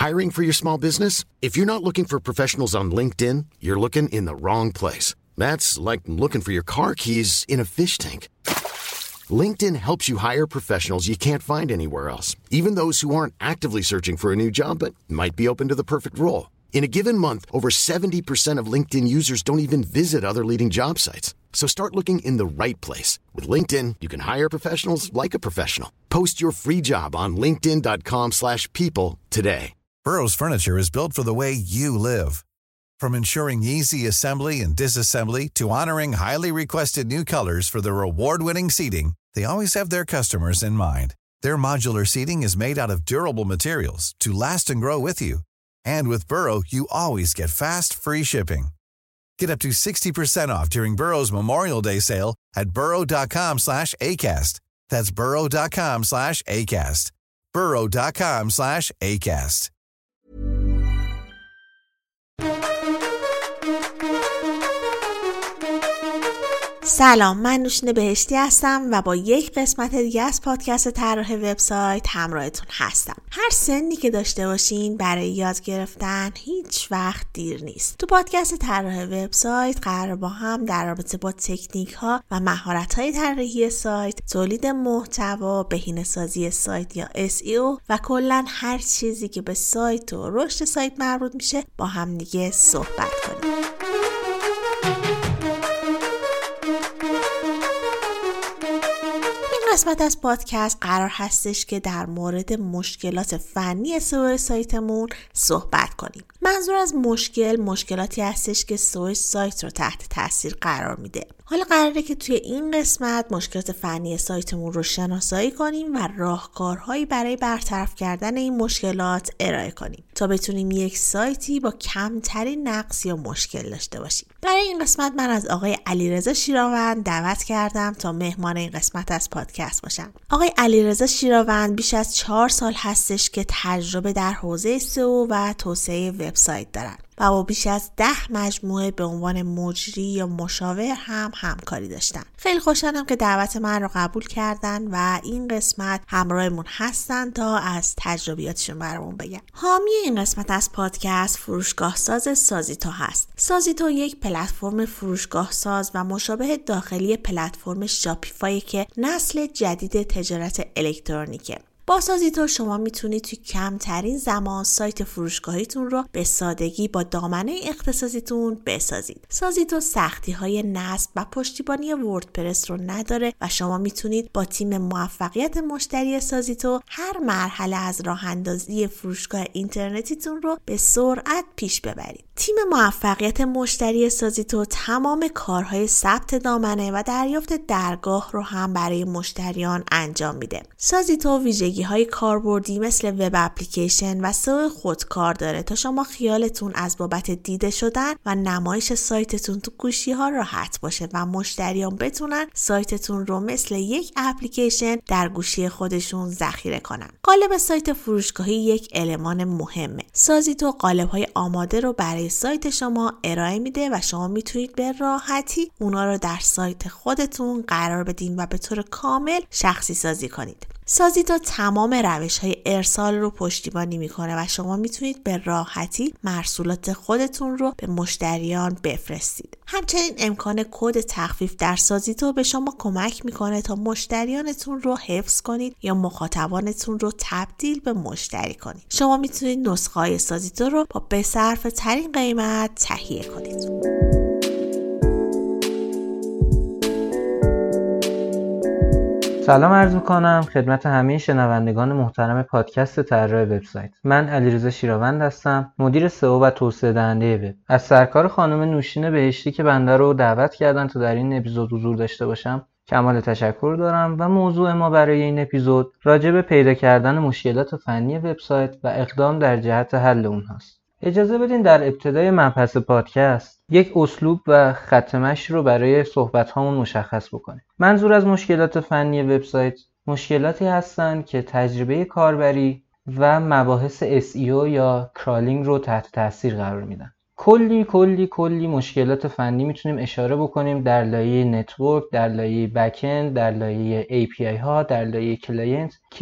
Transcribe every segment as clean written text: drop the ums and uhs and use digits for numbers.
Hiring for your small business? If you're not looking for professionals on LinkedIn, you're looking in the wrong place. That's like looking for your car keys in a fish tank. LinkedIn helps you hire professionals you can't find anywhere else, even those who aren't actively searching for a new job but might be open to the perfect role. In a given month, over 70% of LinkedIn users don't even visit other leading job sites. So start looking in the right place. With LinkedIn, you can hire professionals like a professional. Post your free job on linkedin.com/people today. Burrow's furniture is built for the way you live. From ensuring easy assembly and disassembly to honoring highly requested new colors for their award-winning seating, they always have their customers in mind. Their modular seating is made out of durable materials to last and grow with you. And with Burrow, you always get fast, free shipping. Get up to 60% off during Burrow's Memorial Day sale at burrow.com/ACAST. That's burrow.com/ACAST. burrow.com/ACAST. سلام، من نوشین بهشتی هستم و با یک قسمت دیگه از پادکست طراح وبسایت همراهتون هستم. هر سنی که داشته باشین برای یاد گرفتن هیچ وقت دیر نیست. تو پادکست طراح وبسایت قرار با هم در رابطه با تکنیک ها و مهارت های طراحی سایت، تولید محتوا، بهینه‌سازی سایت یا SEO و کلاً هر چیزی که به سایت و رشد سایت مربوط میشه با هم دیگه صحبت کنیم. قسمت از پادکست قرار هستش که در مورد مشکلات فنی SEO سایتمون صحبت کنیم. منظور از مشکلاتی هستش که SEO سایت رو تحت تاثیر قرار میده. حالا قراره که توی این قسمت مشکلات فنی سایتمون رو شناسایی کنیم و راهکارهایی برای برطرف کردن این مشکلات ارائه کنیم تا بتونیم یک سایتی با کمترین نقص یا مشکل داشته باشیم. برای این قسمت من از آقای علیرضا شیراوند دعوت کردم تا مهمان این قسمت از پادکست باشم. آقای علیرضا شیراوند بیش از 4 سال هستش که تجربه در حوزه SEO و توسعه وبسایت دارن و با بیش از 10 مجموعه به عنوان مجری یا مشاور هم همکاری داشتن. خیلی خوشحالم که دعوت من رو قبول کردن و این قسمت همراهمون هستن تا از تجربیاتشون برامون بگن. حامی این قسمت از پادکست فروشگاه ساز سازیتو هست. سازیتو یک پلتفرم فروشگاه ساز و مشابه داخلی پلتفرم شاپیفای که نسل جدید تجارت الکترونیکه. با سازیتو شما میتونید توی کمترین زمان سایت فروشگاهیتون رو به سادگی با دامنه اختصاصیتون بسازید. سازیتو سختی‌های نصب و پشتیبانی وردپرس رو نداره و شما میتونید با تیم موفقیت مشتری سازیتو هر مرحله از راه اندازی فروشگاه اینترنتیتون رو به سرعت پیش ببرید. تیم موفقیت مشتری سازیتو تمام کارهای ثبت دامنه و دریافت درگاه رو هم برای مشتریان انجام میده. سازیتو ویژگی‌های کاربردی مثل وب اپلیکیشن و SEO خودکار داره تا شما خیالتون از بابت دیده شدن و نمایش سایتتون تو گوشی‌ها راحت باشه و مشتریان بتونن سایتتون رو مثل یک اپلیکیشن در گوشی خودشون ذخیره کنن. قالب سایت فروشگاهی یک المان مهمه. سازیتو قالب‌های آماده رو برای سایت شما ارائه میده و شما میتونید به راحتی اونا رو در سایت خودتون قرار بدین و به طور کامل شخصی سازی کنید. سازیتو تمام روش‌های ارسال رو پشتیبانی میکنه و شما میتونید به راحتی محصولات خودتون رو به مشتریان بفرستید. همچنین امکان کد تخفیف در سازیتو به شما کمک میکنه تا مشتریانتون رو حفظ کنید یا مخاطبانتون رو تبدیل به مشتری کنید. شما میتونید نسخه‌های سازیتو رو با بصرفه ترین قیمت تهیه کنید. سلام عرض میکنم خدمت همه شنوندگان محترم پادکست طراح وبسایت. من علیرضا شیراوند هستم، مدیر SEO و توسعه دهنده وب. از سرکار خانم نوشین بهشتی که بنده رو دعوت کردن تا در این اپیزود حضور داشته باشم کمال تشکر دارم و موضوع ما برای این اپیزود راجع به پیدا کردن مشکلات فنی وبسایت و اقدام در جهت حل اونهاست. اجازه بدین در ابتدای مبحث پادکست یک اسلوب و خط مشی رو برای صحبت هامون مشخص بکنیم. منظور از مشکلات فنی وبسایت مشکلاتی هستند که تجربه کاربری و مباحث SEO یا کرالینگ رو تحت تاثیر قرار میدن. کلی مشکلات فنی میتونیم اشاره بکنیم در لایه نتورک، در لایه بک‌اند، در لایه API ها، در لایه کلاینت که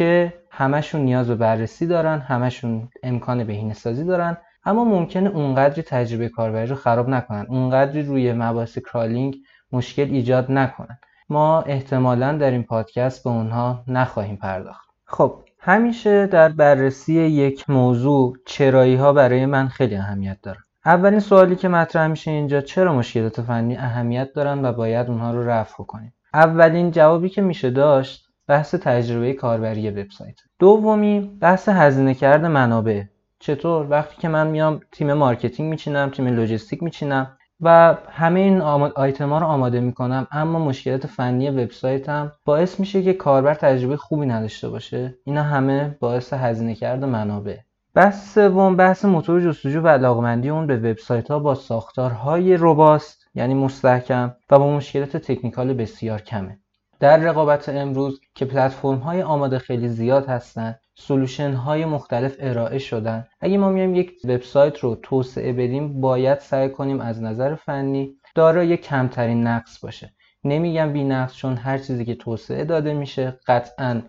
همشون نیاز به بررسی دارن، همشون امکان بهینه‌سازی دارن، اما ممکنه اونقدری تجربه کاربری رو خراب نکنن، اونقدری روی مباحث کرالینگ مشکل ایجاد نکنن. ما احتمالاً در این پادکست به اونها نخواهیم پرداخت. خب همیشه در بررسی یک موضوع چرایی ها برای من خیلی اهمیت داره. اولین سوالی که مطرح میشه اینجا، چرا مشکلات فنی اهمیت دارن و باید اونها رو رفع کنیم؟ اولین جوابی که میشه داشت بحث تجربه کاربری وبسایت. دومی بحث هزینه کرده منابع. چطور وقتی که من میام تیم مارکتینگ میچینم، تیم لوجستیک میچینم و همه این آیتما رو آماده میکنم، اما مشکلات فنی وبسایتم باعث میشه که کاربر تجربه خوبی نداشته باشه. اینا همه باعث هزینه کرده منابع. بحث سوم بحث موتور جستجو و علاقمندی اون به وبسایت‌ها با ساختارهای روباست یعنی مستحکم و با مشکلات تکنیکال بسیار کمه. در رقابت امروز که پلتفرم‌های آماده خیلی زیاد هستن، سولوشن‌های مختلف ارائه شدن، اگه ما میایم یک وبسایت رو توسعه بدیم باید سعی کنیم از نظر فنی دارای کمترین نقص باشه. نمیگم بی نقص، چون هر چیزی که توسعه داده میشه قطعاً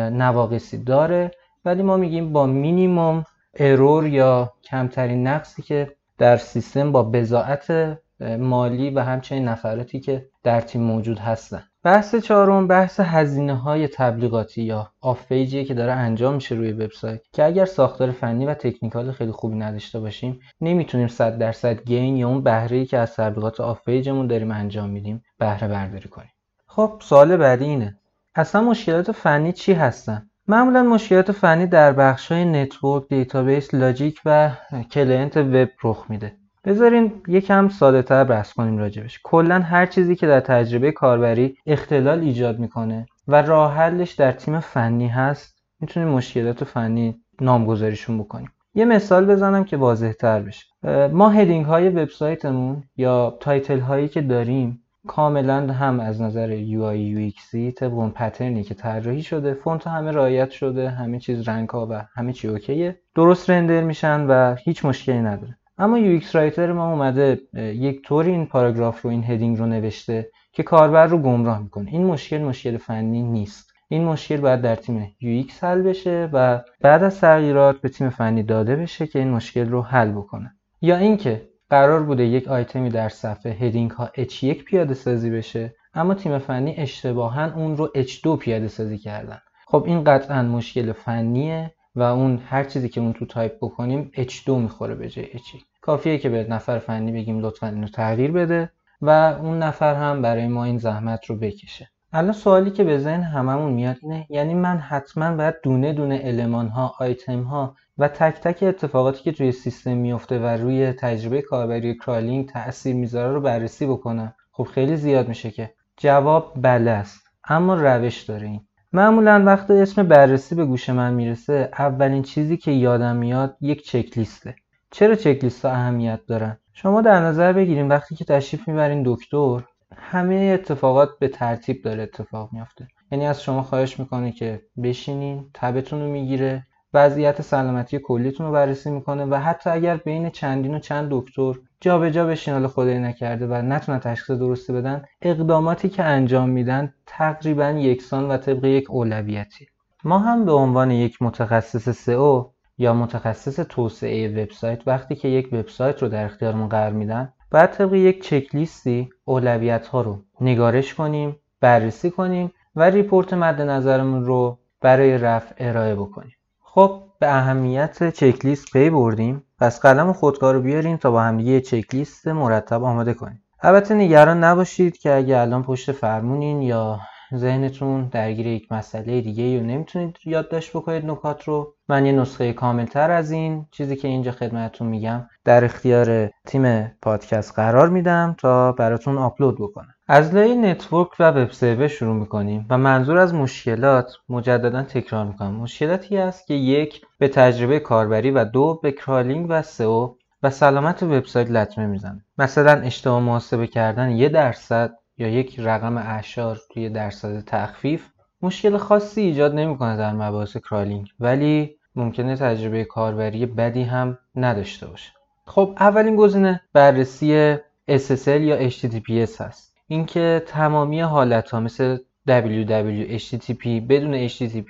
نواقصی داره، ولی ما میگیم با مینیمم ارور یا کمترین نقصی که در سیستم با بضاعت مالی و همچنین نفراتی که در تیم موجود هستن. بحث چهارم بحث هزینه‌های تبلیغاتی یا آف پیجی که داره انجام میشه روی وبسایت که اگر ساختار فنی و تکنیکال خیلی خوبی نداشته باشیم نمیتونیم 100% گین یا اون بهره‌ای که از تبلیغات آف پیجمون داریم انجام میدیم بهره برداری کنیم. خب سوال بعدی اینه، اصلا مشکلات فنی چی هستن؟ معمولا مشکلات فنی در بخش‌های نتورک، دیتابیس، لاجیک و کلاینت وب رخ میده. بذارین یکم ساده‌تر بحث کنیم راجبش. کلاً هر چیزی که در تجربه کاربری اختلال ایجاد میکنه و راه حلش در تیم فنی هست، میتونیم مشکلات فنی نامگذاریشون بکنیم. یه مثال بزنم که واضح‌تر بشه. ما هدینگ های وبسایتمون یا تایتل هایی که داریم کاملا هم از نظر UI UX طبق اون پترنی که طراحی شده، فونت همه رعایت شده، همه چیز رنگ ها و همه چی اوکیه، درست رندر میشن و هیچ مشکلی نداره. اما UX رایتر ما اومده یک طوری این پاراگراف رو، این هدینگ رو نوشته که کاربر رو گمراه میکنه. این مشکل فنی نیست. این مشکل باید در تیم UX حل بشه و بعد از تغییرات به تیم فنی داده بشه که این مشکل رو حل بکنه. یا اینکه قرار بوده یک آیتمی در صفحه هدینگ ها H1 پیاده سازی بشه، اما تیم فنی اشتباهاً اون رو H2 پیاده سازی کردن. خب این قطعاً مشکل فنیه و اون هر چیزی که اون تو تایپ بکنیم H2 میخوره به جای H1. کافیه که به نفر فنی بگیم لطفاً اینو تغییر بده و اون نفر هم برای ما این زحمت رو بکشه. الان سوالی که به ذهن هممون میاد اینه، یعنی من حتما باید دونه دونه المان ها، آیتم ها و تک تک اتفاقاتی که توی سیستم میفته و روی تجربه کاربری کرالینگ تأثیر میذاره رو بررسی بکنم؟ خب خیلی زیاد میشه که. جواب بله است، اما روش داره این. معمولا وقتی اسم بررسی به گوش من میرسه اولین چیزی که یادم میاد یک چک لیسته. چرا چک لیست ها اهمیت دارن؟ شما در نظر بگیریم وقتی که تشریف میبرین دکتر، همه اتفاقات به ترتیب داره اتفاق میفته. یعنی از شما خواهش میکنه که بشینین، تبتون رو میگیره، وضعیت سلامتی کلیتون رو بررسی میکنه و حتی اگر بین چندین و چند دکتر جابجا بشین، حالا خدای نکرده و نتونن تشخیص درستی بدن، اقداماتی که انجام میدن تقریبا یکسان و طبق یک اولویتی. ما هم به عنوان یک متخصص SEO یا متخصص توسعه وبسایت وقتی که یک وبسایت رو در اختیارمون قرار میدن، باید طبق یک چک لیستی اولویت‌ها رو نگارش کنیم، بررسی کنیم و ریپورت مد نظرمون رو برای رفع ارائه بکنیم. خب به اهمیت چک لیست پی بردیم، پس قلم و خودکار رو بیارین تا با هم یه چک لیست مرتب آماده کنیم. البته نگران نباشید که اگه الان پشت فرمونین یا ذهنتون درگیر یک مسئله دیگه یا نمیتونید یادداشت بکنید نکات رو، من یه نسخه کاملتر از این چیزی که اینجا خدمتتون میگم در اختیار تیم پادکست قرار میدم تا براتون آپلود بکنم. از لایه نتورک و وب سرور شروع میکنیم و منظور از مشکلات مجددا تکرار میکنم، مشکلاتی است که یک به تجربه کاربری و دو به کرالینگ و SEO و سلامت وبسایت لطمه میزنه. مثلا اشتباه محاسبه کردن 1% یا یک رقم اعشار توی درصد تخفیف مشکل خاصی ایجاد نمیکنه در مباحث کرالینگ، ولی ممکنه تجربه کاربری بدی هم نداشته باشه. خب اولین گزینه بررسی SSL یا HTTPS هست. اینکه تمامی حالت‌ها مثل www HTTP بدون HTTP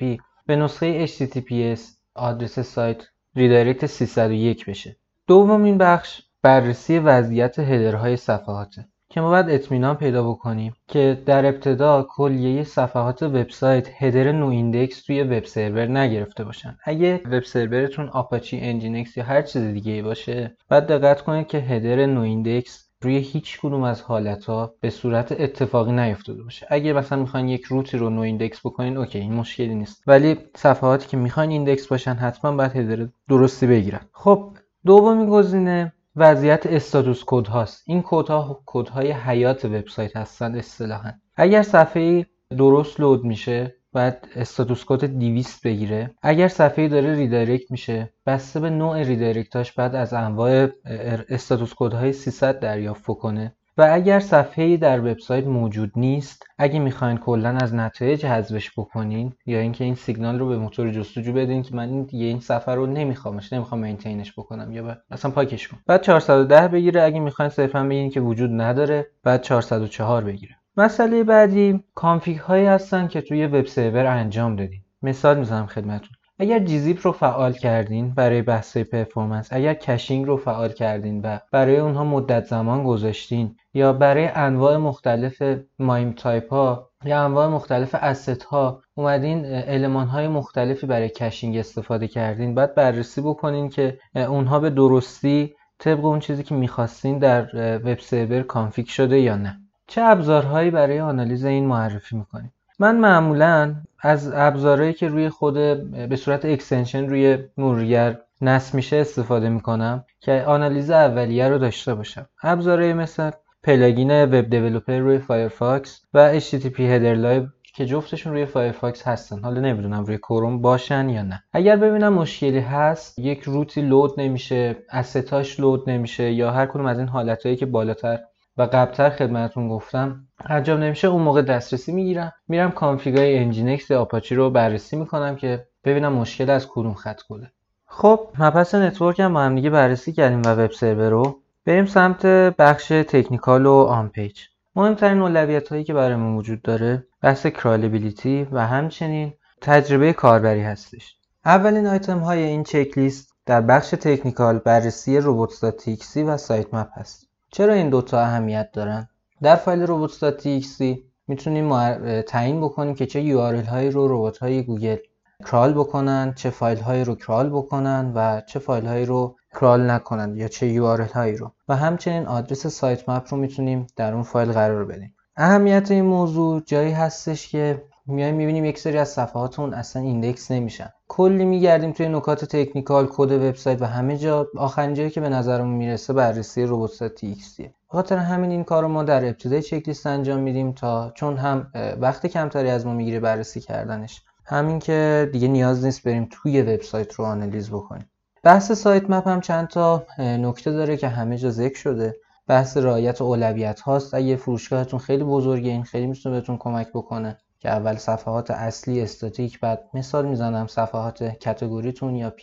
به نسخه HTTPS آدرس سایت ریدایرکت 301 بشه. دومین بخش بررسی وضعیت هدرهای صفحاته که ما باید اطمینان پیدا بکنیم که در ابتدا کلیه صفحات وبسایت هدر نو ایندکس توی وب سرور نگرفته باشن. اگه وب سرورتون آپاچی، انجینکس یا هر چیز دیگه‌ای باشه، باید دقت کنید که هدر نو ایندکس روی هیچ کدوم از حالتها به صورت اتفاقی نیفتاده باشه. اگه مثلا میخواین یک روتی رو نو ایندکس بکنین، اوکی، این مشکلی نیست، ولی صفحاتی که میخواین ایندکس باشن حتما باید هدر درستی بگیرن. خب دومین گزینه وضعیت استاتوس کد هاست. این کدهای حیات وبسایت هستن اصطلاحاً. اگر صفحه درست لود میشه بعد استاتوس کد 200 بگیره. اگر صفحه داره ریدایرکت میشه بسته به نوع ریدایرکتاش بعد از انواع استاتوس کدهای 300 دریافت کنه. و اگر صفحه‌ای در وبسایت موجود نیست، اگه میخواین کلا از نتایج حذفش بکنین یا اینکه این سیگنال رو به موتور جستجو بدین که من این صفحه رو نمیخوام مینتینش بکنم یا اصلا پاکش کنم، بعد 410 بگیره. اگه میخواین صرفا بگین که وجود نداره بعد 404 بگیره. مسئله بعدی کانفیگ هایی هستن که توی وب سرور انجام دادین. مثال میزنم خدمتتون. اگر جیزیپ رو فعال کردین برای بحث‌های پرفورمنس، اگر کشینگ رو فعال کردین و برای اونها مدت زمان گذاشتین، یا برای انواع مختلف مایم تایپ ها یا انواع مختلف اسست ها اومدین المان های مختلفی برای کشینگ استفاده کردین، باید بررسی بکنین که اونها به درستی طبق اون چیزی که میخواستین در وب سرور کانفیگ شده یا نه. چه ابزارهایی برای آنالیز این معرفی میکنیم؟ من معمولاً از ابزارهایی که روی خود به صورت اکستنشن روی مرورگر نصب میشه استفاده میکنم که آنالیز اولیه رو داشته باشم. ابزارهایی مثل پلاگین وب دیولپر روی فایرفاکس و HTTP هدر لایو که جفتشون روی فایرفاکس هستن. حالا نمیدونم روی کروم باشن یا نه. اگر ببینم مشکلی هست، یک روتی لود نمیشه، استاش لود نمیشه یا هر کدوم از این حالتایی که بالاتر و قبلتر خدمتتون گفتم انجام نمیشه، اون موقع دسترسی میگیرم، میرم کانفیگای انجینکس یا آپاچی رو بررسی میکنم که ببینم مشکل از کدوم خط کوده. خب مبحث نتورک هم با هم دیگه بررسی کردیم و وب سرور رو. بریم سمت بخش تکنیکال و آن پیج. مهمترین اولویت‌هایی که برای ما وجود داره بحث کرالبیلیتی و همچنین تجربه کاربری هستش. اولین آیتم های این چک لیست در بخش تکنیکال بررسی robots.txt و سایت مپ هست. چرا این دوتا اهمیت دارن؟ در فایل robots.txt میتونیم تعیین بکنیم که چه URL هایی رو ربات های گوگل کرال بکنن، چه فایل هایی رو کرال بکنن و چه فایل هایی رو کرال نکنن یا چه URL هایی رو، و همچنین آدرس سایت مپ رو میتونیم در اون فایل قرار بدیم. اهمیت این موضوع جایی هستش که میایم میبینیم یک سری از صفحاتون اصلا ایندکس نمیشن. کلی میگردیم توی نکات تکنیکال، کد وبسایت و همه جا آخرین جایی که به نظرمون میرسه بررسی robots.txt. به خاطر همین این کارو ما در ابتدای چک لیست انجام میدیم تا چون هم وقت کمتری از ما میگیره بررسی کردنش، همین که دیگه نیاز نیست بریم توی وبسایت رو آنالیز بکنیم. بحث سایت مپ هم چند تا نکته داره که همه جا ذکر شده. بحث رعایت اولویت هاست. اگه فروشگاهتون خیلی بزرگه این خیلی میتونه بهتون کمک بکنه که اول صفحات اصلی استاتیک، بعد مثال میزنم صفحات کاتگوریتون یا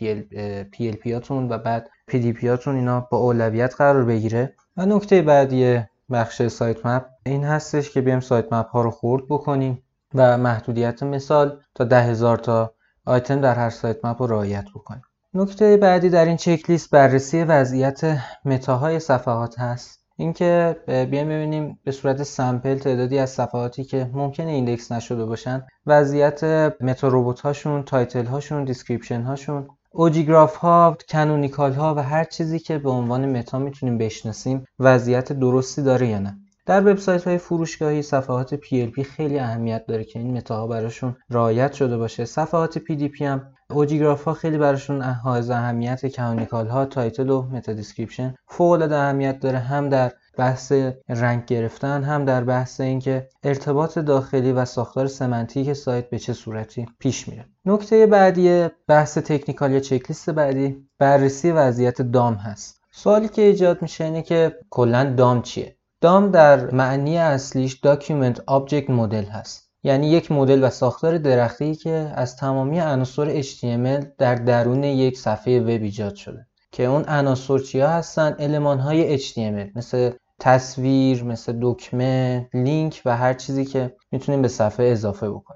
PLP هاتون و بعد PDP هاتون اینا با اولویت قرار بگیره. و نکته بعدی بخش سایت مپ این هستش که بیایم سایت مپ ها رو خرد بکنیم و محدودیت مثال تا 10,000 تا آیتم در هر سایت مپ رو رعایت بکنیم. نکته بعدی در این چک لیست بررسی وضعیت متاهای صفحات هست. اینکه بیایم ببینیم به صورت سامپل تعدادی از صفحاتی که ممکنه ایندکس نشده باشن وضعیت متا ربات هاشون، تایتل هاشون، دیسکریپشن هاشون، اوجیگراف ها، کانونیکال ها و هر چیزی که به عنوان متا میتونیم بشناسیم وضعیت درستی داره یا نه. در وبسایت های فروشگاهی صفحات PLP خیلی اهمیت داره که این متاها براشون رعایت شده باشه. صفحات PDP هم اوجیگراف ها خیلی براشون حائز اهمیت، کانونیکال ها، تایتل و متا دیسکریپشن فوق العاده اهمیت داره، هم در بحث رنک گرفتن هم در بحث اینکه ارتباط داخلی و ساختار سمنتیک سایت به چه صورتی پیش میره. نکته بعدی بحث تکنیکال یا چک لیست بعدی بررسی وضعیت دام هست. سوالی که ایجاد میشه اینه که کلا دام چیه؟ دام در معنی اصلیش Document Object Model هست، یعنی یک مدل و ساختار درخته‌ای که از تمامی عناصر HTML در درون یک صفحه وب ایجاد شده که اون عناصر چیا هستن؟ المان‌های HTML مثل تصویر، مثل دکمه، لینک و هر چیزی که میتونیم به صفحه اضافه بکنیم.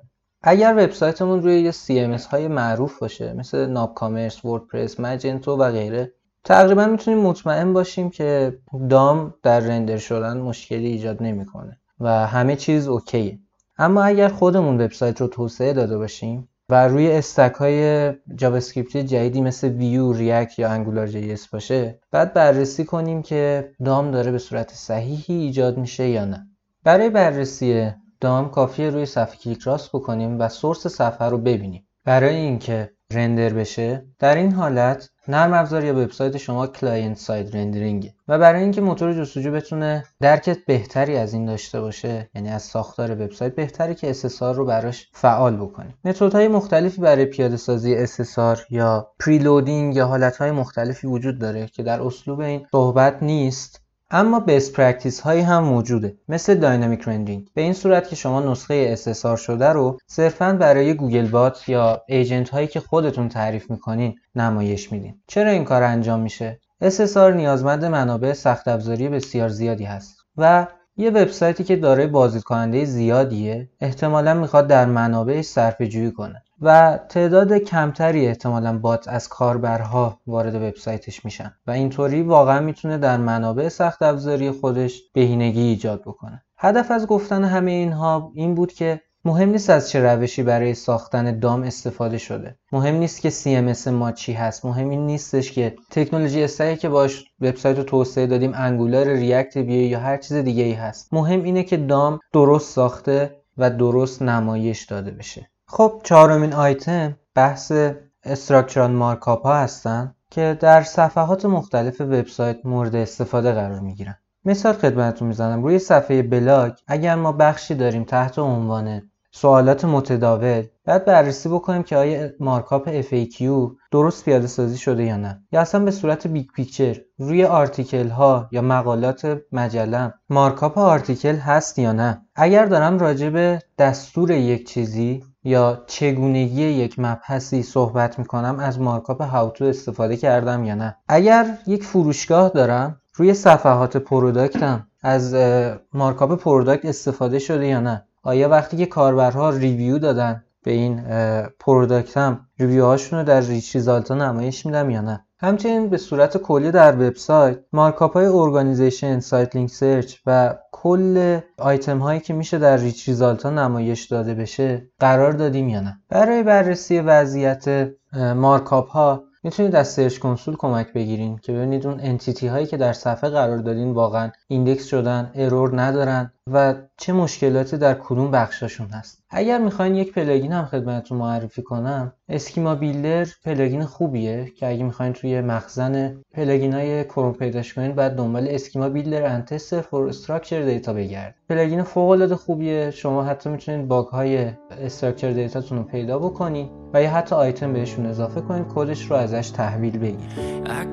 اگر وبسایتمون روی یه CMS های معروف باشه مثل ناب کامرس، وردپرس، مجنتو و غیره، تقریبا میتونیم مطمئن باشیم که دام در رندر شدن مشکلی ایجاد نمیکنه و همه چیز اوکیه. اما اگر خودمون وبسایت رو توسعه داده باشیم و روی استک های جاوا اسکریپت جدیدی مثل ویو، ریاکت یا انگولار جی اس باشه، بعد بررسی کنیم که دام داره به صورت صحیحی ایجاد میشه یا نه. برای بررسی دام کافیه روی صفحه کلیک راست بکنیم و سورس صفحه رو ببینیم. برای اینکه رندر بشه، در این حالت نرم افزار یا وبسایت شما کلاینت ساید رندرینگه و برای اینکه موتور جستجو بتونه درک بهتری از این داشته باشه، یعنی از ساختار وبسایت، بهتره که SSR رو براش فعال بکنیم. متدهای مختلفی برای پیاده سازی SSR یا پریلودینگ یا حالتهای مختلفی وجود داره که در اسلوب این صحبت نیست، اما بیس پرکتیس هایی هم موجوده مثل داینامیک رندرینگ، به این صورت که شما نسخه SSR شده رو صرفاً برای گوگل بات یا ایجنت هایی که خودتون تعریف میکنین نمایش میدین. چرا این کار انجام میشه؟ SSR نیازمند منابع سخت افزاری بسیار زیادی هست و یه وبسایتی که دارای بازدیدکننده زیادیه احتمالاً میخواد در منابعش صرفه جویی کنه و تعداد کمتری احتمالاً بات از کاربرها وارد وبسایتش میشن و اینطوری واقعا میتونه در منابع سخت افزاری خودش بهینگی ایجاد بکنه. هدف از گفتن همه اینها این بود که مهم نیست از چه روشی برای ساختن دام استفاده شده، مهم نیست که CMS ما چی هست، مهم این نیستش که تکنولوژی استکی که باش وبسایت رو توسعه دادیم انگولار، ریاکت، ویو یا هر چیز دیگه ای هست. مهم اینه که دام درست ساخته و درست نمایش داده بشه. خب چهارمین آیتم بحث استراکچرال مارکاپ ها هستن که در صفحات مختلف وبسایت مورد استفاده قرار میگیرن. مثال خدمتتون میزنم. روی صفحه بلاگ اگر ما بخشی داریم تحت عنوان سوالات متداول، بعد بررسی بکنیم که آیا مارکاپ FAQ درست پیاده سازی شده یا نه، یا اصلا به صورت بیگ پیکچر روی آرتیکل ها یا مقالات مجله مارکاپ آرتیکل هست یا نه. اگر دارم راجع به دستور یک چیزی یا چگونگی یک مبحثی صحبت میکنم از مارکاپ هاوتو استفاده کردم یا نه. اگر یک فروشگاه دارم روی صفحات پروداکتم از مارکاپ پروداکت استفاده شده یا نه. آیا وقتی که کاربرها ریویو دادن به این پروداکتم ریویوهاشون رو در ریچ ریزالتا نمایش میدم یا نه. همچنین به صورت کلی در وبسایت مارکاپ های ارگانیزیشن، سایت لینک سرچ و کل آیتم هایی که میشه در ریچ ریزالتا نمایش داده بشه قرار دادیم یا نه. برای بررسی وضعیت مارکاپ ها میتونید از سرچ کنسول کمک بگیرین که ببینید اون انتیتی هایی که در صفحه قرار دادین واقعا ایندکس شدن، ارور ندارن و چه مشکلاتی در کدوم بخشاشون هست. اگر میخواین یک پلاگین هم خدمتتون معرفی کنم، اسکیما بیلدر پلاگین خوبیه که اگه میخواین توی مخزن پلاگینای کروم پیداش کنین بعد دنبال اسکیما بیلدر اند تستر فور استراکچر دیتا بگردید. پلاگین فوق العاده خوبیه. شما حتی میتونید باگ های استراکچر دیتاتون رو پیدا بکنید و یا حتی آیتم بهشون اضافه کنید، کدش رو ازش تحویل بگیرید.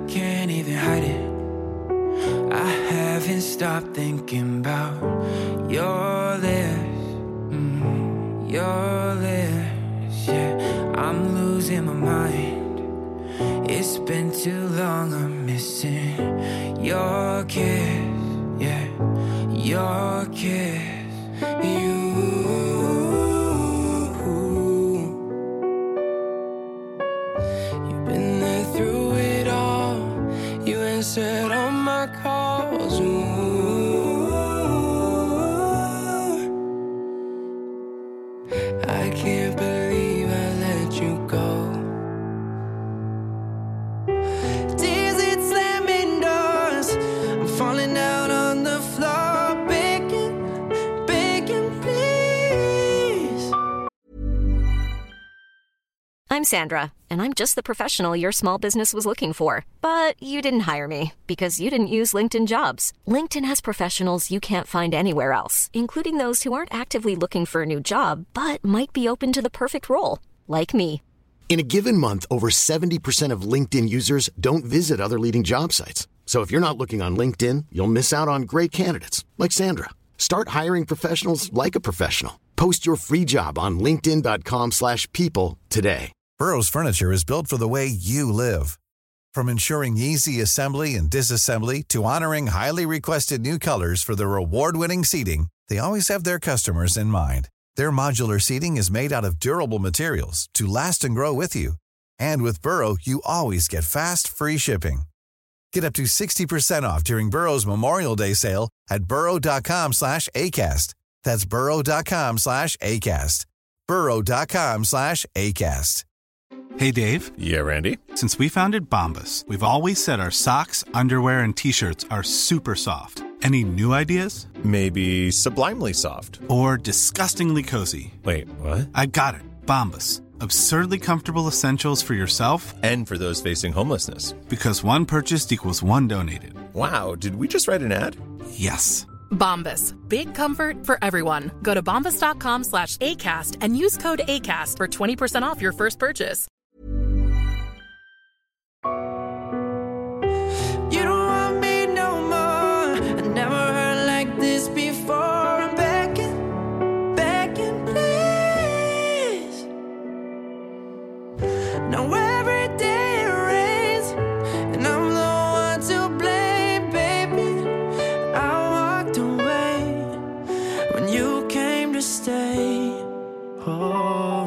I haven't stopped thinking about your lips, your lips, yeah. I'm losing my mind. It's been too long, I'm missing your kiss, yeah, your kiss. You've been there through it all. You answered all my calls. I can't believe I let you go. Tears it slamming doors. I'm falling down on the floor, begging, begging, please. I'm Sandra, and I'm just the professional your small business was looking for. But you didn't hire me because you didn't use LinkedIn Jobs. LinkedIn has professionals you can't find anywhere else, including those who aren't actively looking for a new job, but might be open to the perfect role, like me. In a given month, over 70% of LinkedIn users don't visit other leading job sites. So if you're not looking on LinkedIn, you'll miss out on great candidates like Sandra. Start hiring professionals like a professional. Post your free job on linkedin.com/people today. Burrow's furniture is built for the way you live. From ensuring easy assembly and disassembly to honoring highly requested new colors for their award-winning seating, they always have their customers in mind. Their modular seating is made out of durable materials to last and grow with you. And with Burrow, you always get fast, free shipping. Get up to 60% off during Burrow's Memorial Day sale at burrow.com/ACAST. That's burrow.com/ACAST. burrow.com/ACAST. Hey, Dave. Yeah, Randy? Since we founded Bombas, we've always said our socks, underwear, and T-shirts are super soft. Any new ideas? Maybe sublimely soft. Or disgustingly cozy. Wait, what? I got it. Bombas. Absurdly comfortable essentials for yourself and for those facing homelessness. Because one purchased equals one donated. Wow, did we just write an ad? Yes. Bombas. Big comfort for everyone. Go to bombas.com/ACAST and use code ACAST for 20% off your first purchase. You don't want me no more. I never heard like this before. I'm begging, begging, please. Now every day it rains, and I'm the one to blame, baby. I walked away when you came to stay. Oh,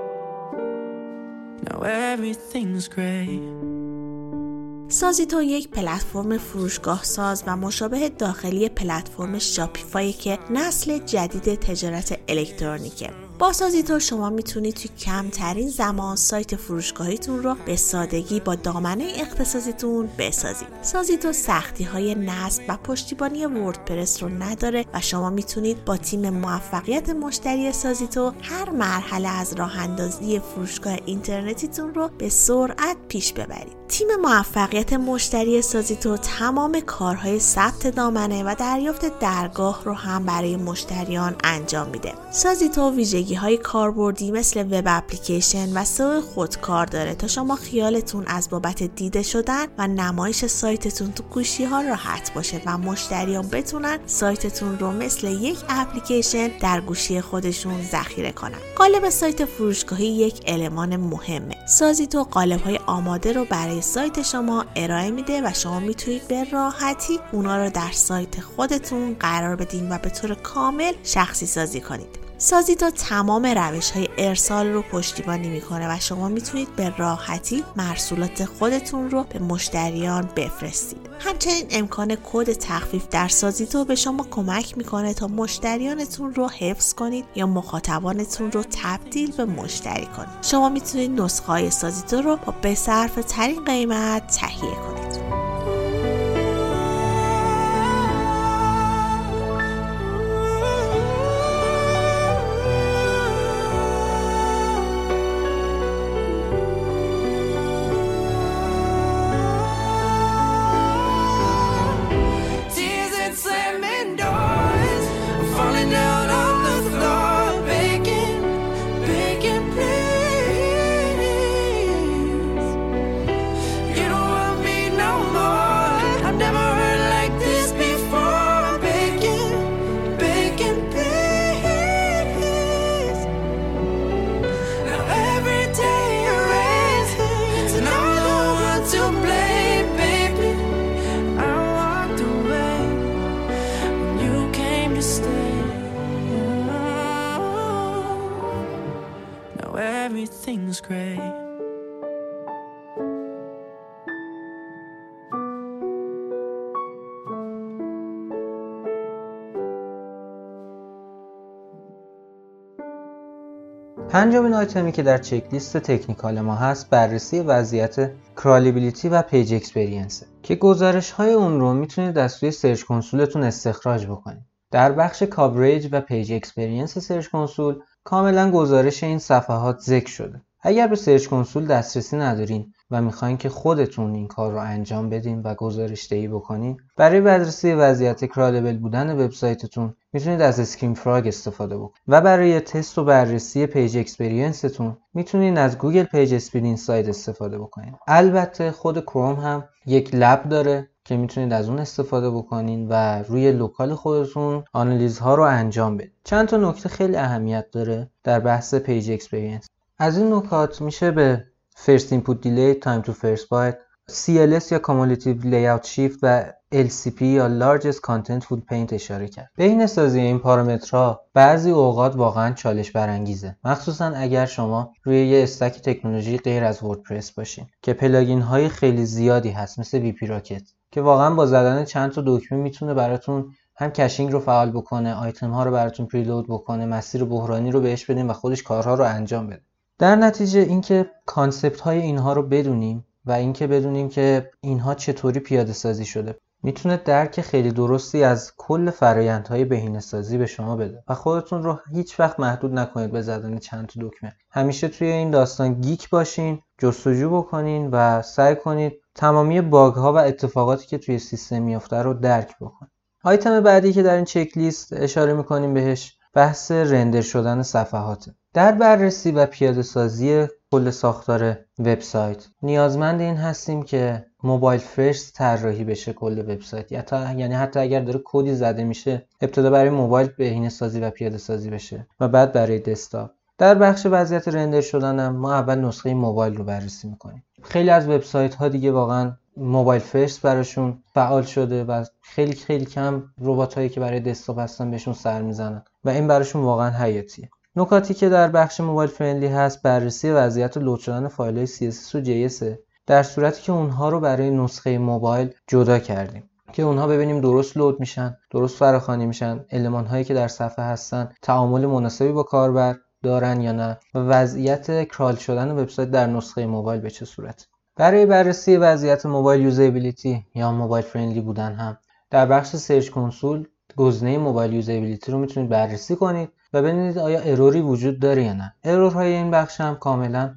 now everything's great. سازیتو یک پلتفرم فروشگاه ساز و مشابه داخلی پلتفرم شاپیفای که نسل جدید تجارت الکترونیکه. با سازیتو شما میتونید توی کمترین زمان سایت فروشگاهیتون رو به سادگی با دامنه اختصاصیتون بسازید. سازیتو سختی‌های نصب و پشتیبانی وردپرس رو نداره و شما میتونید با تیم موفقیت مشتری سازیتو هر مرحله از راه اندازی فروشگاه اینترنتیتون رو به سرعت پیش ببرید. تیم موفقیت مشتری سازیتو تمام کارهای ثبت دامنه و دریافت درگاه رو هم برای مشتریان انجام میده. سازیتو ویژگی‌های کاربردی مثل وب اپلیکیشن و سئو خودکار داره تا شما خیالتون از بابت دیده شدن و نمایش سایتتون تو گوشی‌ها راحت باشه و مشتریان بتونن سایتتون رو مثل یک اپلیکیشن در گوشی خودشون ذخیره کنن. قالب سایت فروشگاهی یک المان مهمه. سازیتو قالب‌های آماده رو برای سایت شما ارائه میده و شما میتونید به راحتی اونا رو در سایت خودتون قرار بدین و به طور کامل شخصی سازی کنید. سازیتو تمام روش‌های ارسال رو پشتیبانی میکنه و شما میتونید به راحتی محصولات خودتون رو به مشتریان بفرستید. همچنین امکان کد تخفیف در سازیتو به شما کمک میکنه تا مشتریانتون رو حفظ کنید یا مخاطبانتون رو تبدیل به مشتری کنید. شما میتونید نسخه‌های سازیتو رو با بصرفه ترین قیمت تهیه کنید. Everything's great. پنجمین آیتمی که در چک لیست تکنیکال ما هست بررسی وضعیت کرالبیلیتی و پیج اکسپریانس که گزارش‌های اون رو میتونید از توی سرچ کنسولتون استخراج بکنید. در بخش کاوریج و پیج اکسپریانس سرچ کنسول کاملا گزارش این صفحات ذکر شده. اگر به سرچ کنسول دسترسی ندارین و میخواین که خودتون این کار رو انجام بدین و گزارش دهی بکنین، برای بررسی وضعیت کرالبل بودن وبسایتتون میتونید از اسکریم فراگ استفاده بکنید و برای تست و بررسی پیج اکسپریانستون میتونید از گوگل پیج اسپید اینسایت استفاده بکنید. البته خود کروم هم یک لب داره که میتونید از اون استفاده بکنین و روی لوکال خودتون آنالیزها رو انجام بدید. چند تا نکته خیلی اهمیت داره در بحث پیج اکسپریانس. از این نکات میشه به First Input Delay, Time to First Byte CLS یا Cumulative Layout Shift و LCP یا Largest Contentful Paint اشاره کرد. بهینه‌سازی این پارامترها بعضی اوقات واقعا چالش برانگیزه، مخصوصا اگر شما روی یه استک تکنولوژی غیر از وردپرس باشین که پلاگین های خیلی زیادی هست مثل VP Rocket که واقعا با زدن چند تا دکمه میتونه براتون هم کشینگ رو فعال بکنه، آیتم ها رو براتون پریلود بکنه، مسیر بحرانی رو بهش بدین و خودش کارها رو انجام بده. در نتیجه اینکه کانسپت های اینها رو بدونیم و اینکه بدونیم که اینها چطوری پیاده سازی شده میتونه درک خیلی درستی از کل فرآیندهای بهینه‌سازی به شما بده و خودتون رو هیچ وقت محدود نکنید به زدن چند تا دکمه. همیشه توی این داستان گیک باشین، جستجو بکنین و سعی کنید تمامی باگ ها و اتفاقاتی که توی سیستم میفته رو درک بکنید. آیتم بعدی که در این چک لیست اشاره میکنیم بهش بحث رندر شدن صفحاته. در بررسی و پیاده سازی کل ساختار وبسایت نیازمند این هستیم که موبایل فرست طراحی بشه کل وبسایت، یعنی حتی اگر داره کدی زده میشه ابتدا برای موبایل بهینه‌سازی و پیاده سازی بشه و بعد برای دسکتاپ. در بخش وضعیت رندر شدن هم ما اول نسخه موبایل رو بررسی میکنیم. خیلی از وبسایت ها دیگه واقعا موبایل فرست براشون فعال شده و خیلی کم ربات هایی که برای دسکتاپ هستن بهشون سر میزنن و این براشون واقعا حیاتیه. نکاتی که در بخش موبایل فرندلی هست بررسی وضعیت لود شدن فایل های CSS و JS در صورتی که اونها رو برای نسخه موبایل جدا کردیم که اونها ببینیم درست لود میشن، درست فراخوانی میشن، المان هایی که در صفحه هستن تعامل مناسبی با کاربر دارن یا نه و وضعیت کرال شدن وبسایت در نسخه موبایل به چه صورت. برای بررسی وضعیت موبایل یوزابیلیتی یا موبایل فرندلی بودن هم در بخش سرچ کنسول گزینه موبایل یوزابیلیتی رو میتونید بررسی کنید و ببینید آیا اروری وجود داره یا نه. ارورهای این بخش هم کاملا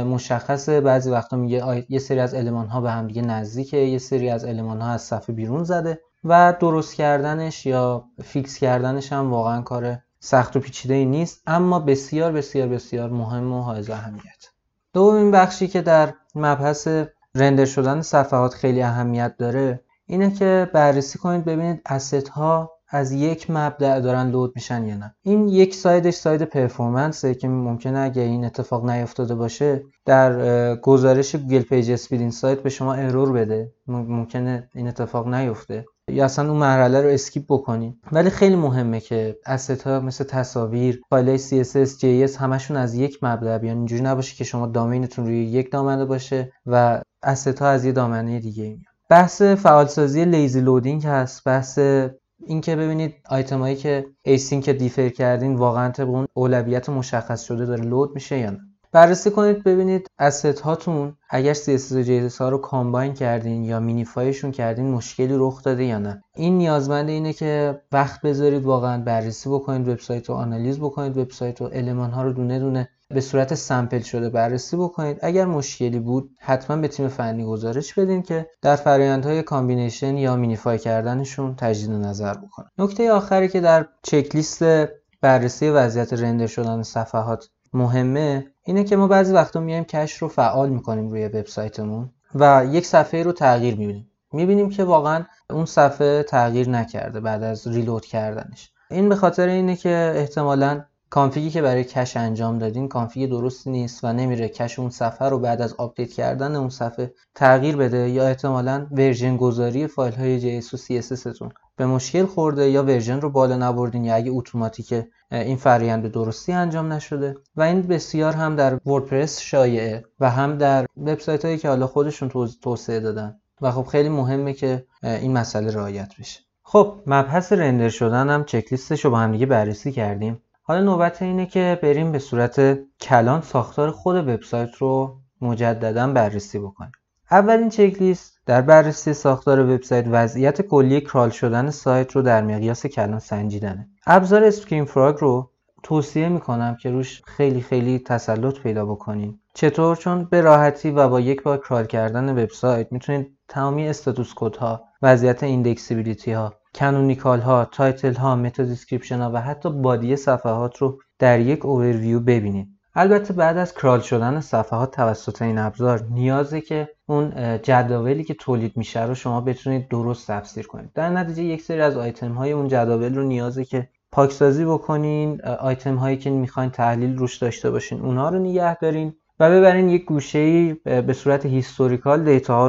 مشخصه. بعضی وقتا میگه یه سری از المان‌ها به هم دیگه نزدیکه، یه سری از المان‌ها از صفحه بیرون زده و درست کردنش یا فیکس کردنش هم واقعا کار سخت و پیچیده‌ای نیست، اما بسیار بسیار بسیار مهم و حائز اهمیت. دومین بخشی که در مبحث رندر شدن صفحات خیلی اهمیت داره اینه که بررسی کنید ببینید اسست ها از یک مبدأ دارن لود میشن یا نه. این یک سایدش ساید پرفورمنسه که ممکنه اگه این اتفاق نیفتاده باشه در گزارش گوگل پیج اسپید اینسایت به شما ارور بده، ممکنه این اتفاق نیفته یا اصلا اون مرحله رو اسکیپ بکنین. ولی خیلی مهمه که اسست ها مثل تصاویر، فایل CSS، JS همشون از یک مبدأ بیان. اینجوری نباشه که شما دامینتون روی یک دامنه باشه و اسست ها از یه دامنه دیگه میان. بحث فعالسازی لیزی لودینگ هست، بحث این که ببینید آیتم هایی که ایسینک که دیفر کردین واقعا طبق اون اولویت مشخص شده داره لود میشه یا نه. بررسی کنید ببینید اسست هاتون اگر CSS و JS ها رو کامباین کردین یا مینیفایشون کردین مشکلی رخ داده یا نه. این نیازمند اینه که وقت بذارید واقعا بررسی بکنید وبسایت رو، آنالیز بکنید وبسایت رو، المان ها رو دونه دونه به صورت سامپل شده بررسی بکنید. اگر مشکلی بود حتما به تیم فنی گزارش بدین که در فرآیندهای کامبینیشن یا مینیفای کردنشون تجدید نظر بکنن. نکته آخری که در چک لیست بررسی وضعیت رندر شدن صفحات مهمه اینه که ما بعضی وقتا میایم کش رو فعال میکنیم روی وبسایتمون و یک صفحه رو تغییر میبینیم که واقعا اون صفحه تغییر نکرده بعد از ریلود کردنش. این به خاطر اینه که احتمالاً کانفیگی که برای کش انجام دادین کانفیگ درستی نیست و نمیره کش اون صفحه رو بعد از آپدیت کردن اون صفحه تغییر بده، یا احتمالاً ورژن گذاری فایل های JS و CSS تون به مشکل خورده یا ورژن رو بالا نبردین یا اگه اتوماتیک این فرآیند به درستی انجام نشده و این بسیار هم در وردپرس شایعه و هم در وبسایت هایی که حالا خودشون توسعه دادن و خب خیلی مهمه که این مسئله رعایت بشه. خب مبحث رندر شدن هم چک لیستش رو با هم دیگه بررسی کردیم. حالا نوبت اینه که بریم به صورت کلان ساختار خود وبسایت رو مجددا بررسی بکنیم. اولین چک لیست در بررسی ساختار وبسایت وضعیت کلی کرال شدن سایت رو در مقیاس کلان سنجیدنه. ابزار اسکرین فراگ رو توصیه میکنم که روش خیلی تسلط پیدا بکنین. چطور؟ چون به راحتی و با یک بار کرال کردن وبسایت میتونید تمامی استاتوس کدها، وضعیت ایندکسیبیلیتی ها، کانونیکال ها، تایتل ها، متا دیسکریپشن ها و حتی بادی صفحات رو در یک اوورویو ببینید. البته بعد از کرال شدن صفحات توسط این ابزار نیازه که اون جداولی که تولید میشه رو شما بتونید درست تفسیر کنید. در نتیجه یک سری از آیتم های اون جداول رو نیازه که پاکسازی بکنین، آیتم هایی که میخواین تحلیل روش داشته باشین اونها رو نگه دارین و ببرین یک گوشه‌ای به صورت هیستوریکال دیتا ها رو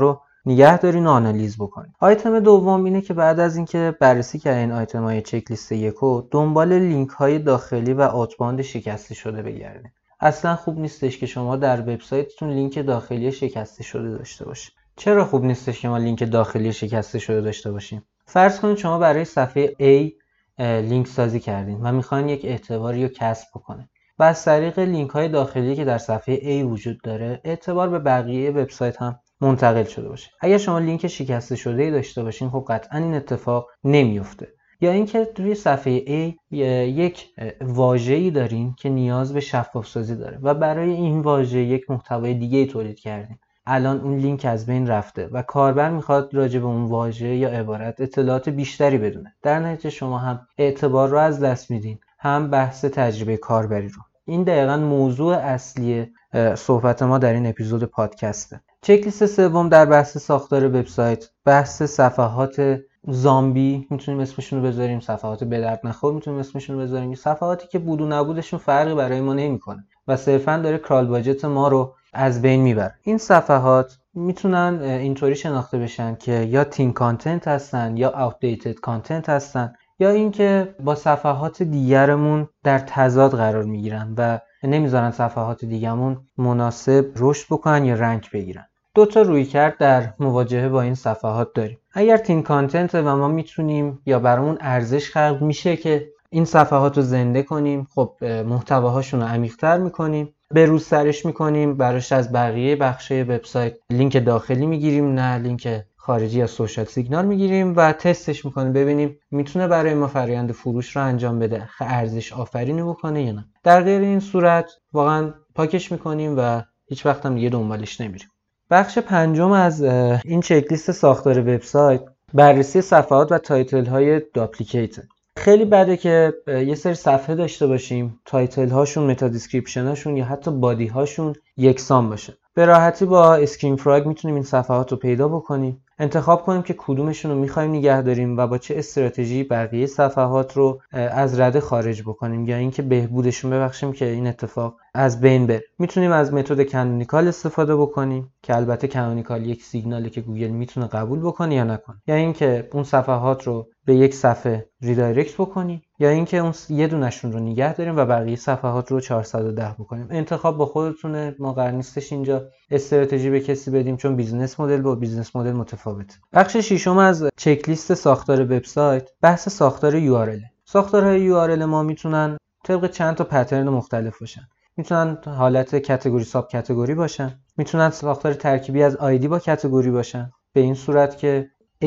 نگه دارین و آنالیز بکنین. آیتم دوم اینه که بعد از اینکه بررسی کردین آیتم‌های چک لیست یکو، دنبال لینک‌های داخلی و آوتباند شکسته شده بگردین. اصلا خوب نیستش که شما در وبسایتتون لینک داخلی شکسته شده داشته باشید. چرا خوب نیستش که ما لینک داخلی شکسته شده داشته باشیم؟ فرض کنید شما برای صفحه A لینک سازی کردین و میخواین یک اعتباری رو کسب بکنه و از طریق لینک های داخلی که در صفحه A وجود داره اعتبار به بقیه وبسایت هم منتقل شده باشه. اگر شما لینک شکسته شده‌ای داشته باشین خب قطعا این اتفاق نمیفته. یا اینکه توی صفحه A یک واژه‌ای دارین که نیاز به شفاف سازی داره و برای این واژه یک محتوای دیگه تولید کردین. الان اون لینک از بین رفته و کاربر میخواد راجع به اون واژه یا عبارت اطلاعات بیشتری بدونه. در نتیجه شما هم اعتبار رو از دست میدین، هم بحث تجربه کاربری رو. این دقیقاً موضوع اصلی صحبت ما در این اپیزود پادکسته. چک لیست سوم در بحث ساختار وبسایت، بحث صفحات زامبی میتونیم اسمشون رو بذاریم، صفحات به درد نخور میتونیم اسمشون رو بذاریم، صفحاتی که بود و نبودشون فرقی برای ما نمیکنه و صرفاً داره کرال باجت ما رو از بین میبره. این صفحات میتونن اینطوری شناخته بشن که یا تین کانتنت هستن یا آوتدیتد کانتنت هستن یا اینکه با صفحات دیگرمون در تضاد قرار میگیرن و نمیذارن صفحات دیگرمون مناسب رشد بکنن یا رنک بگیرن. دو تا رویکرد در مواجهه با این صفحات داریم. اگر تین کانتنت و ما میتونیم یا برامون ارزش خلق میشه که این صفحات رو زنده کنیم، خب محتواهاشون رو عمیق‌تر میکنیم، به روز سرش میکنیم، براش از بقیه بخشای وبسایت لینک داخلی میگیریم، نه لینک خارجی از سوشال سیگنال میگیریم و تستش میکنیم ببینیم میتونه برای ما فرآیند فروش رو انجام بده، ارزش آفرینی بکنه یا نه. در غیر این صورت واقعا پاکش میکنیم و هیچ وقت هم دیگه دنبالش نمیریم. بخش پنجم از این چک لیست ساختار وبسایت بررسی صفحات و تایتل های داپلیکیت. خیلی بده که یه سری صفحه داشته باشیم تایتل هاشون، متا دیسکریپشن هاشون یا حتی بادی هاشون یکسان باشه. به راحتی با اسکرین فراگ میتونیم این صفحات رو پیدا بکنیم، انتخاب کنیم که کدومشون رو میخوایم نگه داریم و با چه استراتژی بقیه صفحات رو از رده خارج بکنیم یا اینکه بهبودشون ببخشیم که این اتفاق از بین بره. میتونیم از متد کانونیکال استفاده بکنیم که البته کانونیکال یک سیگنالی که گوگل میتونه قبول بکنه یا نکنه، یا اینکه اون صفحات رو به یک صفحه ریدایرکت بکنیم یا اینکه اون یه دونشون رو نگه داریم و بقیه صفحات رو 410 بکنیم. انتخاب با خودتونه، ما قرار نیستش اینجا استراتژی به کسی بدیم چون بیزنس مدل با بیزنس مدل متفاوته. بخش ششم از چک لیست ساختار وبسایت بحث ساختار URL. ساختارهای URL ما میتونن طبق چند تا پترن مختلف باشن. میتونن حالت کاتگوری ساب کاتگوری باشن، میتونن ساختار ترکیبی از آیدی با کاتگوری باشن، به این صورت که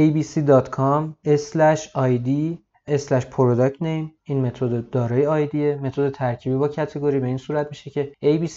abc.com/id/product-name این متد دارای آیدیه. متد ترکیبی با کاتگوری به این صورت میشه که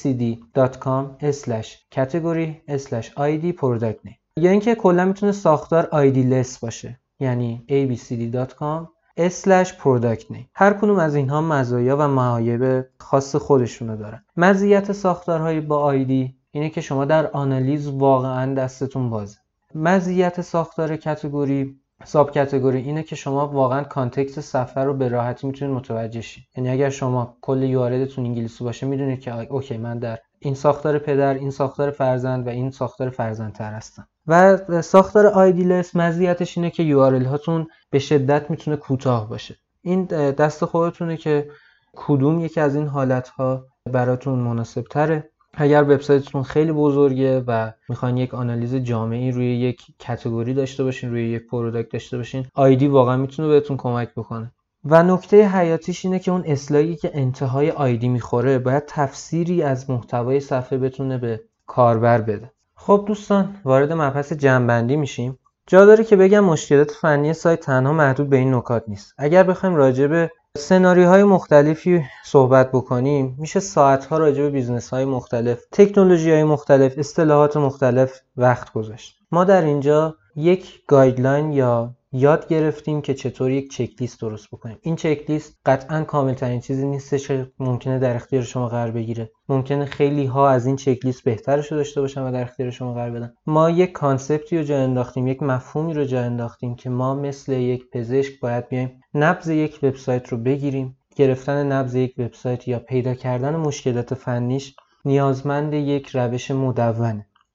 abcd.com/category/id/product-name. یا اینکه کلا میتونه ساختار idless باشه، یعنی abcd.com/product-name. هر کدوم از اینها مزایا و معایب خاص خودشونو دارن. مزیت ساختارهای با آیدی اینه که شما در آنالیز واقعا دستتون بازه. مزیت ساختار کاتگوری ساب کاتگوری اینه که شما واقعا کانتکست صفحه رو به راحتی میتونید متوجه شید. یعنی اگر شما کل URLتون انگلیسی باشه میدونید که اوکی من در این ساختار پدر، این ساختار فرزند و این ساختار فرزندتر هستم. و ساختار آیدیلس مزیتش اینه که URL هاتون به شدت میتونه کوتاه باشه. این دست خودتونه که کدوم یکی از این حالت ها براتون مناسب تره. اگر وبسایتتون خیلی بزرگه و میخواین یک آنالیز جامعی روی یک کاتگوری داشته باشین، روی یک پروداکت داشته باشین، آیدی واقعا میتونه بهتون کمک بکنه. و نکته حیاتیش اینه که اون اسلاگی که انتهای آیدی میخوره باید تفسیری از محتوای صفحه بتونه به کاربر بده. خب دوستان، وارد مبحث جمع‌بندی میشیم. جا داره که بگم مشکلات فنی سایت تنها محدود به این نکات نیست. اگر بخوایم راجع به سناریوهای مختلفی صحبت بکنیم میشه ساعت‌ها راجع به بیزنس‌های مختلف، تکنولوژی‌های مختلف، اصطلاحات مختلف وقت گذاشت. ما در اینجا یک گایدلاین یا یاد گرفتیم که چطور یک چک لیست درست بکنیم. این چک لیست قطعاً کامل‌ترین چیزی نیستش که ممکنه در اختیار شما قرار بگیره. ممکنه خیلی ها از این چک لیست بهترش رو داشته باشن و در اختیار شما قرار بدن. ما یک کانسپتی رو جا انداختیم، یک مفهومی رو جا انداختیم که ما مثل یک پزشک باید بیایم نبض یک وبسایت رو بگیریم. گرفتن نبض یک وبسایت یا پیدا کردن مشکلات فنیش نیازمند یک روش مدونه.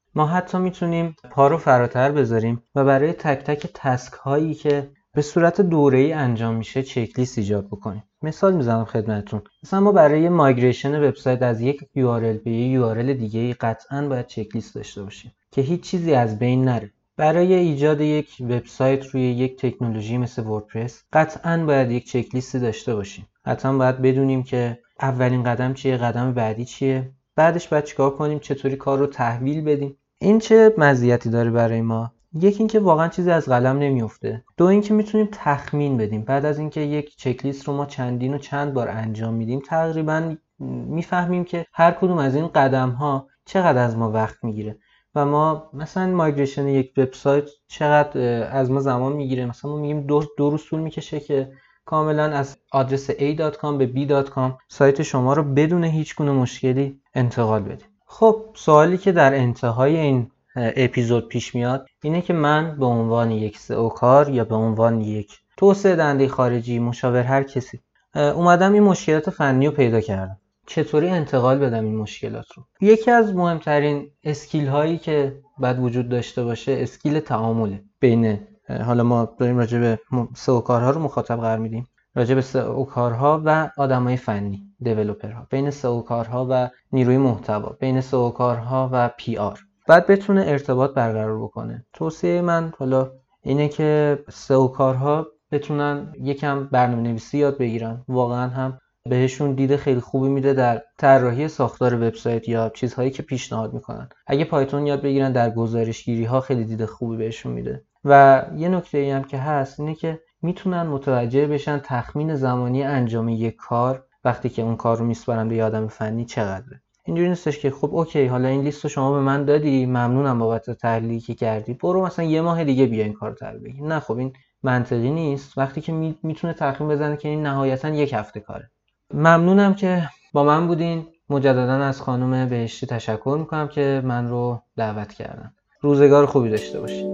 ما حتی میتونیم پا رو فراتر بذاریم و برای تک تک تسک هایی که به صورت دوره‌ای انجام میشه چک لیست ایجاد بکنیم. مثال میزنم خدمتتون. مثلا ما برای مایگریشن وبسایت از یک URL به یک URL دیگه قطعاً باید چک لیست داشته باشیم که هیچ چیزی از بین نره. برای ایجاد یک وبسایت روی یک تکنولوژی مثل وردپرس قطعاً باید یک چک لیستی داشته باشیم. حتما باید بدونیم که اولین قدم چیه، قدم بعدی چیه، بعدش باید چیکار کنیم، چطوری کار رو تحویل بدیم. این چه مزیتی داره برای ما؟ یک اینکه واقعا چیزی از قلم نمیفته. دو اینکه میتونیم تخمین بدیم. بعد از اینکه یک چک لیست رو ما چندین و چند بار انجام میدیم تقریبا میفهمیم که هر کدوم از این قدم ها چقدر از ما وقت میگیره و ما مثلا مایگریشن یک وبسایت چقدر از ما زمان میگیره. مثلا ما میگیم دو روز طول میکشه که کاملا از آدرس a.com به b.com سایت شما رو بدون هیچ گونه مشکلی انتقال بدیم. خب سوالی که در انتهای این اپیزود پیش میاد اینه که من به عنوان یک سئو کار یا به عنوان یک توسعه دهنده خارجی، مشاور، هر کسی اومدم این مشکلات فنی رو پیدا کردم، چطوری انتقال بدم این مشکلات رو؟ یکی از مهمترین اسکیل هایی که باید وجود داشته باشه اسکیل تعامله بین، حالا ما داریم راجع به سئو کارها رو مخاطب قرار میدیم، راجع به سئو کارها و آدمای فنی، دیولپرها، بین سئو کارها و نیروی محتوا، بین سئو کارها و پی آر بعد بتونه ارتباط برقرار بکنه. توصیه من حالا اینه که سئو کارها بتونن یکم برنامه‌نویسی یاد بگیرن. واقعا هم بهشون دید خیلی خوبی میده در طراحی ساختار وبسایت یا چیزهایی که پیشنهاد میکنن. اگه پایتون یاد بگیرن در گزارشگیری ها خیلی دید خوبی بهشون میده. و یه نکته‌ای هم که هست اینه که میتونن متوجه بشن تخمین زمانی انجام یک کار وقتی که اون کار رو میسپارن به آدم فنی چقدره. اینجوری نیستش که خب اوکی حالا این لیست رو شما به من دادی، ممنونم بابت تحلیلی که کردی، برو مثلا یه ماه دیگه بیا این کارو تحویل بگیر. نه خب این منطقی نیست وقتی که میتونه تخمین بزنه که این نهایتا یک هفته کاره. ممنونم که با من بودین. مجددا از خانم بهشتی تشکر میکنم که من رو دعوت کردن. روزگار خوبی داشته باشید.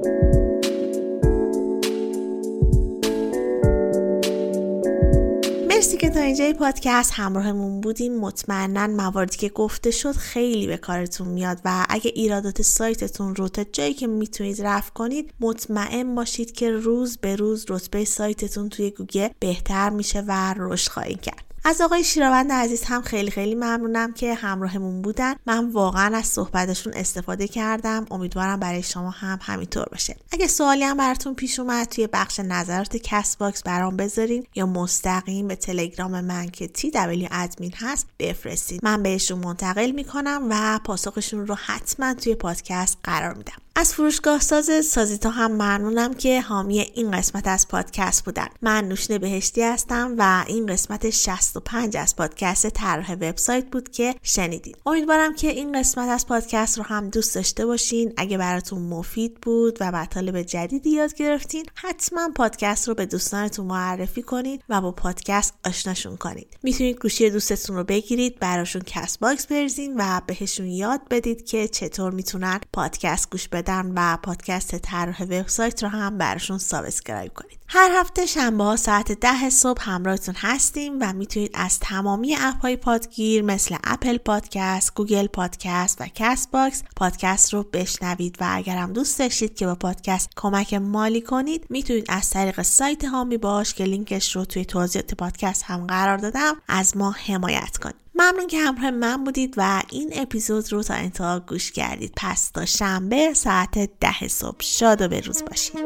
مرسی که تا اینجای پادکست همراهمون بودیم. مطمئناً مواردی که گفته شد خیلی به کارتون میاد و اگه ایرادات سایتتون رو تا جایی که میتونید رفع کنید مطمئن باشید که روز به روز رتبه سایتتون توی گوگل بهتر میشه و رشد خواهید کرد. از آقای شیراوند عزیز هم خیلی خیلی ممنونم که همراهمون بودن. من واقعا از صحبتشون استفاده کردم. امیدوارم برای شما هم همینطور باشه. اگه سوالی هم براتون پیش اومد توی بخش نظرات کست باکس برام بذارین یا مستقیم به تلگرام من که TW ادمین هست بفرستید. من بهشون منتقل میکنم و پاسخشون رو حتما توی پادکست قرار میدم. از فروشگاه سازیتا هم ممنونم که حامی این قسمت از پادکست بودن. من نوشین بهشتی هستم و این قسمت 65 از پادکست طراح وبسایت بود که شنیدین. امیدوارم که این قسمت از پادکست رو هم دوست داشته باشین. اگه براتون مفید بود و مطالب جدیدی یاد گرفتین حتما پادکست رو به دوستانتون معرفی کنید و با پادکست آشناشون کنید. میتونید گوشی دوستتون رو بگیرید، براشون کست باکس بریزین و بهشون یاد بدید که چطور میتونن پادکست گوش بدن و پادکست طراح وبسایت رو هم براشون سابسکرایب کنید. هر هفته شنبه ها ساعت 10 صبح همراهتون هستیم و میتونید از تمامی اپ های پادگیر مثل اپل پادکست، گوگل پادکست و کست باکس پادکست رو بشنوید. و اگرم دوست داشتید که با پادکست کمک مالی کنید میتونید از طریق سایت هامی باش که لینکش رو توی توضیحات پادکست هم قرار دادم از ما حمایت کنید. ممنون که همراه من بودید و این اپیزود رو تا انتها گوش کردید. پس تا شنبه ساعت 10 صبح شاد و بروز باشید.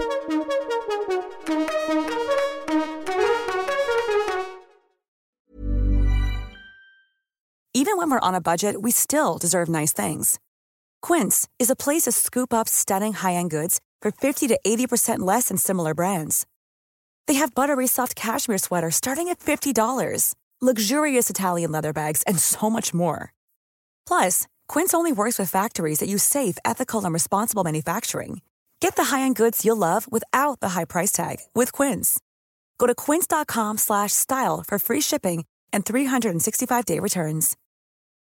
Even when we're on a budget, we still deserve nice things. Quince is a place to scoop up stunning high-end goods for 50 to 80% less than similar brands. They have buttery soft cashmere sweaters starting at $50, luxurious Italian leather bags, and so much more. Plus, Quince only works with factories that use safe, ethical, and responsible manufacturing. Get the high-end goods you'll love without the high price tag with Quince. Go to quince.com/style for free shipping and 365-day returns.